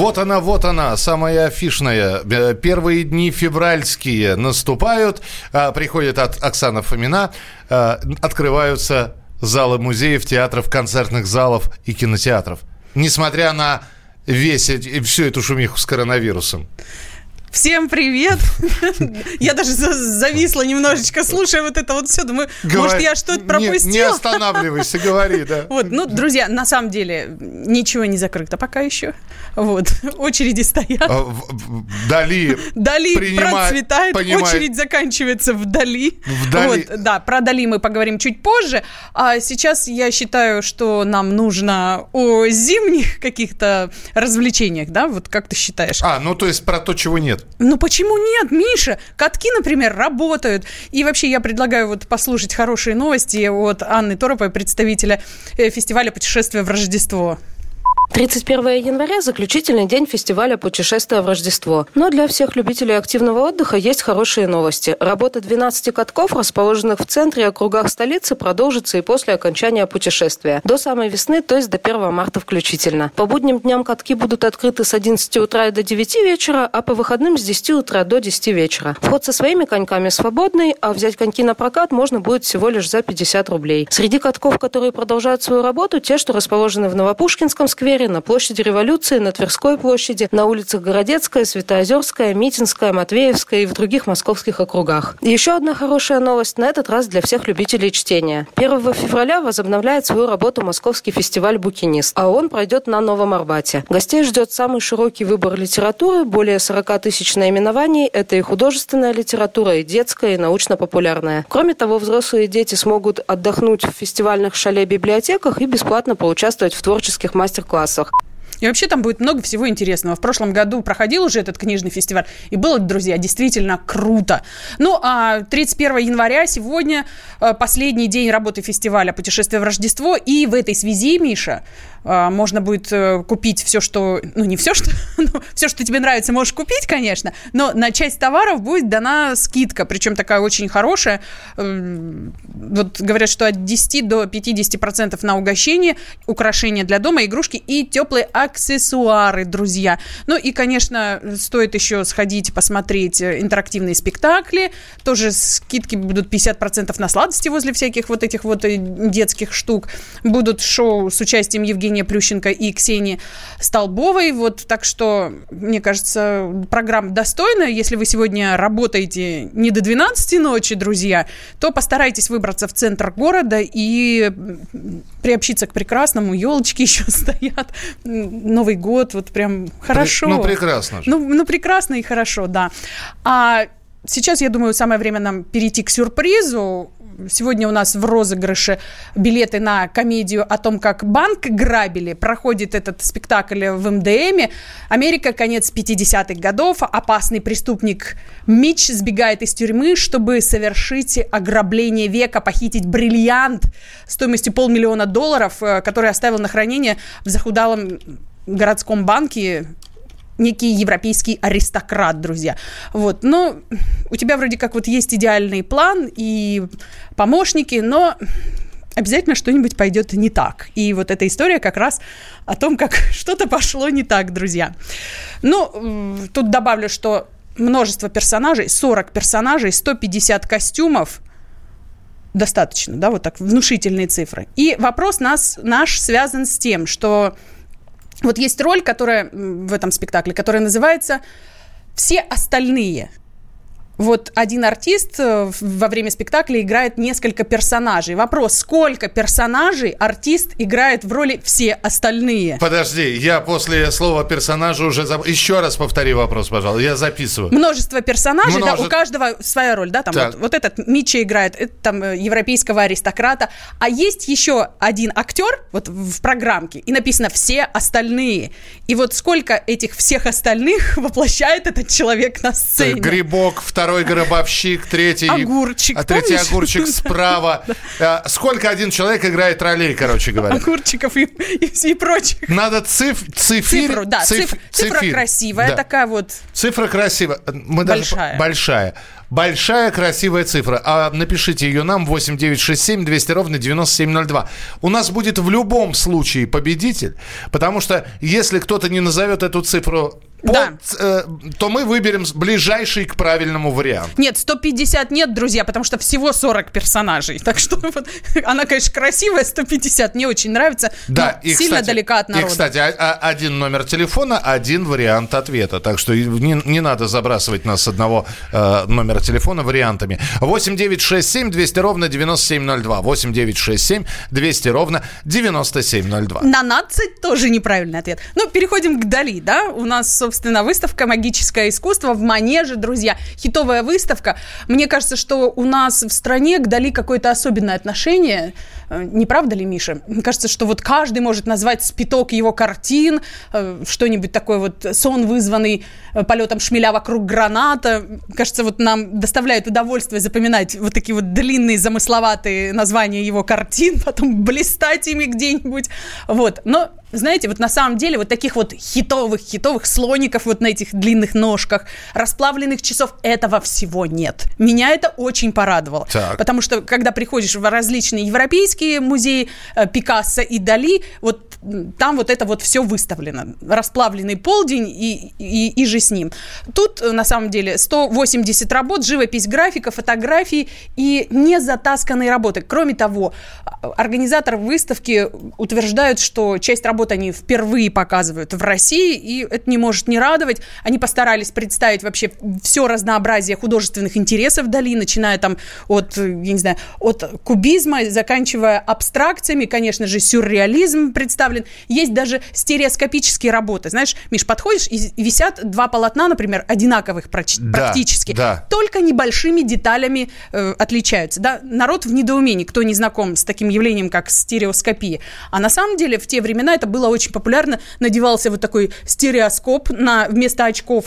Вот она, самая афишная. Первые дни февральские наступают, приходит Оксана Фомина, открываются залы музеев, театров, концертных залов и кинотеатров. Несмотря на всю эту шумиху с коронавирусом. Всем привет! Я даже зависла немножечко, слушая вот это вот все. Думаю, может, я что-то пропустила? Не останавливайся, говори, да. Вот, друзья, на самом деле, ничего не закрыто пока еще. Вот, очереди стоят. Дали процветает, очередь заканчивается вдали. Вот, да, про Дали мы поговорим чуть позже. А сейчас я считаю, что нам нужно о зимних каких-то развлечениях, да? Вот как ты считаешь? То есть про то, чего нет. Ну почему нет, Миша? Катки, например, работают. И вообще я предлагаю вот послушать хорошие новости от Анны Тороповой, представителя фестиваля «Путешествие в Рождество». 31 января – заключительный день фестиваля «Путешествие в Рождество». Но для всех любителей активного отдыха есть хорошие новости. Работа 12 катков, расположенных в центре и округах столицы, продолжится и после окончания путешествия. До самой весны, то есть до 1 марта включительно. По будним дням катки будут открыты с 11 утра до 9 вечера, а по выходным с 10 утра до 10 вечера. Вход со своими коньками свободный, а взять коньки на прокат можно будет всего лишь за 50 рублей. Среди катков, которые продолжают свою работу, те, что расположены в Новопушкинском сквере, на площади Революции, на Тверской площади, на улицах Городецкая, Святоозерская, Митинская, Матвеевская и в других московских округах. Еще одна хорошая новость, на этот раз для всех любителей чтения. 1 февраля возобновляет свою работу Московский фестиваль «Букинист», а он пройдет на Новом Арбате. Гостей ждет самый широкий выбор литературы, более 40 тысяч наименований. Это и художественная литература, и детская, и научно-популярная. Кроме того, взрослые дети смогут отдохнуть в фестивальных шале-библиотеках и бесплатно поучаствовать в творческих мастер-классах. И вообще там будет много всего интересного. В прошлом году проходил уже этот книжный фестиваль, и было, друзья, действительно круто. А 31 января сегодня последний день работы фестиваля «Путешествие в Рождество», и в этой связи, Миша, можно будет купить все, что... не все, что... все, что тебе нравится, можешь купить, конечно, но на часть товаров будет дана скидка, причем такая очень хорошая. Вот говорят, что от 10 до 50% на угощение, украшения для дома, игрушки и теплые аксессуары, друзья. И, конечно, стоит еще сходить посмотреть интерактивные спектакли. Тоже скидки будут 50% на сладости возле всяких вот этих вот детских штук. Будут шоу с участием Евгения Плющенко и Ксении Столбовой. Вот, так что, мне кажется, программа достойная. Если вы сегодня работаете не до 12 ночи, друзья, то постарайтесь выбраться в центр города и приобщиться к прекрасному. Елочки еще стоят. Новый год, вот прям хорошо. Прекрасно же. Прекрасно и хорошо, да. А сейчас, я думаю, самое время нам перейти к сюрпризу. Сегодня у нас в розыгрыше билеты на комедию о том, как банк грабили. Проходит этот спектакль в МДМе. Америка, конец 50-х годов. Опасный преступник Митч сбегает из тюрьмы, чтобы совершить ограбление века, похитить бриллиант стоимостью $500 000, который оставил на хранение в захудалом городском банке некий европейский аристократ, друзья. Вот. Но у тебя вроде как вот есть идеальный план и помощники, но обязательно что-нибудь пойдет не так. И вот эта история как раз о том, как что-то пошло не так, друзья. Тут добавлю, что множество персонажей, 40 персонажей, 150 костюмов. Достаточно, да, вот так, внушительные цифры. И вопрос наш связан с тем, что вот есть роль, которая в этом спектакле, которая называется «Все остальные». Вот один артист во время спектакля играет несколько персонажей. Вопрос, сколько персонажей артист играет в роли «все остальные»? Подожди, я после слова «персонажа» уже... Еще раз повтори вопрос, пожалуйста, я записываю. Множество персонажей, да, у каждого своя роль, да, там вот этот Митча играет, это там европейского аристократа. А есть еще один актер вот в программке, и написано «все остальные». И вот сколько этих всех остальных воплощает этот человек на сцене? Грибок, второй второй гробовщик, третий огурчик. Третий огурчик справа. Сколько один человек играет ролей, короче говоря. Огурчиков и прочих. Надо цифру. Да, цифра красивая, такая вот. Цифра красивая. Большая. Большая красивая цифра. Напишите ее нам 8967 200 ровно 9702. У нас будет в любом случае победитель, потому что если кто-то не назовет эту цифру, то мы выберем ближайший к правильному варианту. Нет, 150 нет, друзья, потому что всего 40 персонажей. Так что вот, она, конечно, красивая, 150 мне очень нравится, но сильно далека от народа. И, кстати, один номер телефона, один вариант ответа. Так что не надо забрасывать нас с одного номера телефона вариантами. 8967 200 ровно 9702. 8967 200 ровно 9702. На 12 тоже неправильный ответ. Ну, переходим к Дали, да? У нас, собственно, выставка «Магическое искусство» в Манеже, друзья. Хитовая выставка. Мне кажется, что у нас в стране к Дали какое-то особенное отношение. Не правда ли, Миша? Мне кажется, что вот каждый может назвать спиток его картин, что-нибудь такое вот, сон, вызванный полетом шмеля вокруг граната. Кажется, вот нам доставляет удовольствие запоминать вот такие вот длинные, замысловатые названия его картин, потом блистать ими где-нибудь. Вот. Но, знаете, вот на самом деле вот таких вот хитовых слоников вот на этих длинных ножках, расплавленных часов, этого всего нет. Меня это очень порадовало. Так. Потому что, когда приходишь в различные европейские музеи, Пикассо и Дали, вот там вот это вот все выставлено. Расплавленный полдень и же с ним. Тут, на самом деле, 180 работ, живопись, графика, фотографии и незатасканные работы. Кроме того, организаторы выставки утверждают, что часть работ они впервые показывают в России, и это не может не радовать. Они постарались представить вообще все разнообразие художественных интересов Дали, начиная там от кубизма, заканчивая абстракциями, конечно же, сюрреализм представлен. Есть даже стереоскопические работы. Знаешь, Миш, подходишь, и висят два полотна, например, одинаковых практически. Да. Только небольшими деталями отличаются. Да? Народ в недоумении, кто не знаком с таким явлением, как стереоскопия. А на самом деле в те времена это было очень популярно. Надевался вот такой стереоскоп вместо очков,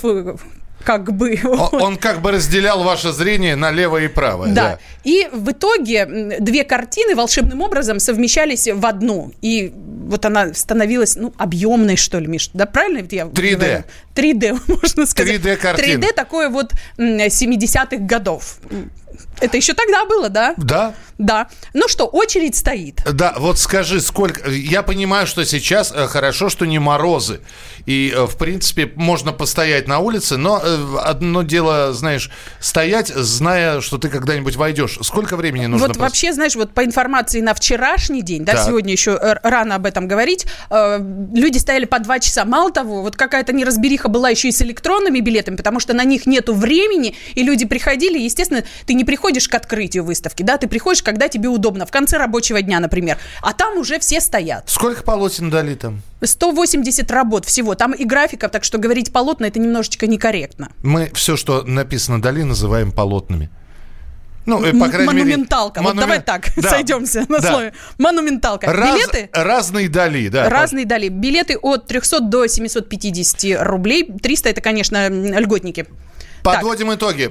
как бы. Он как бы разделял ваше зрение на левое и правое. Да. И в итоге две картины волшебным образом совмещались в одну. И вот она становилась, объемной, что ли, Миш? Да, правильно я 3D. Говорю? 3D, можно сказать. 3D-картина. 3D такое вот 70-х годов. Это еще тогда было, да? Да. Ну что, очередь стоит. Да, вот скажи, сколько... Я понимаю, что сейчас хорошо, что не морозы. И, в принципе, можно постоять на улице, но одно дело, знаешь, стоять, зная, что ты когда-нибудь войдешь. Сколько времени нужно? Вот вообще, знаешь, вот по информации на вчерашний день, да, сегодня еще рано об этом говорить, люди стояли по 2 часа. Мало того, вот какая-то неразбериха была еще и с электронными билетами, потому что на них нету времени, и люди приходили, естественно, ты не приходишь к открытию выставки, да, ты приходишь, когда тебе удобно, в конце рабочего дня, например, а там уже все стоят. Сколько полотен Дали там? 180 работ всего, там и графиков, так что говорить полотна это немножечко некорректно. Мы все, что написано Дали, называем полотнами. По крайней монументалка. мере... Вот давай так, сойдемся на слове. Монументалка. Билеты? Разные Дали, да. Разные Дали. Билеты от 300 до 750 рублей. 300 это, конечно, льготники. Подводим итоги.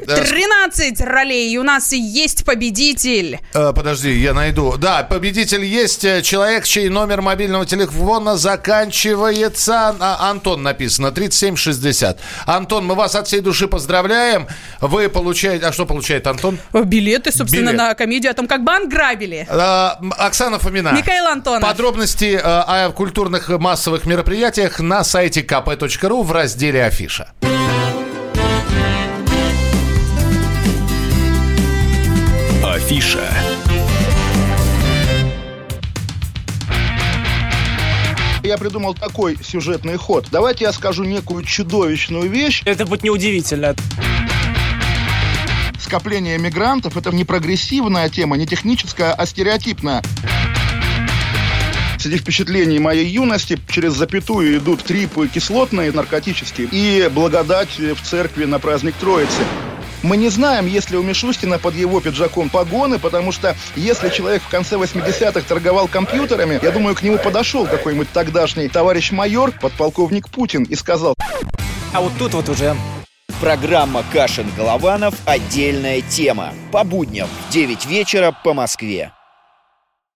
13 ролей, и у нас есть победитель. Подожди, я найду. Да, победитель есть. Человек, чей номер мобильного телефона заканчивается... Антон написано, 3760. Антон, мы вас от всей души поздравляем. Вы получаете... А что получает Антон? Билеты, собственно, на комедию о том, как банк грабили. Оксана Фомина. Михаил Антонов. Подробности о культурных массовых мероприятиях на сайте kp.ru в разделе «Афиша». Афиша. Я придумал такой сюжетный ход. Давайте я скажу некую чудовищную вещь. Это будет неудивительно. Скопление мигрантов – это не прогрессивная тема, не техническая, а стереотипная. Среди впечатлений моей юности через запятую идут трипы кислотные, наркотические, и благодать в церкви на праздник Троицы. Мы не знаем, есть ли у Мишустина под его пиджаком погоны, потому что если человек в конце 80-х торговал компьютерами, я думаю, к нему подошел какой-нибудь тогдашний товарищ майор, подполковник Путин, и сказал: а вот тут вот уже Программа «Кашин-Голованов. Отдельная тема». По будням в 9 вечера по Москве.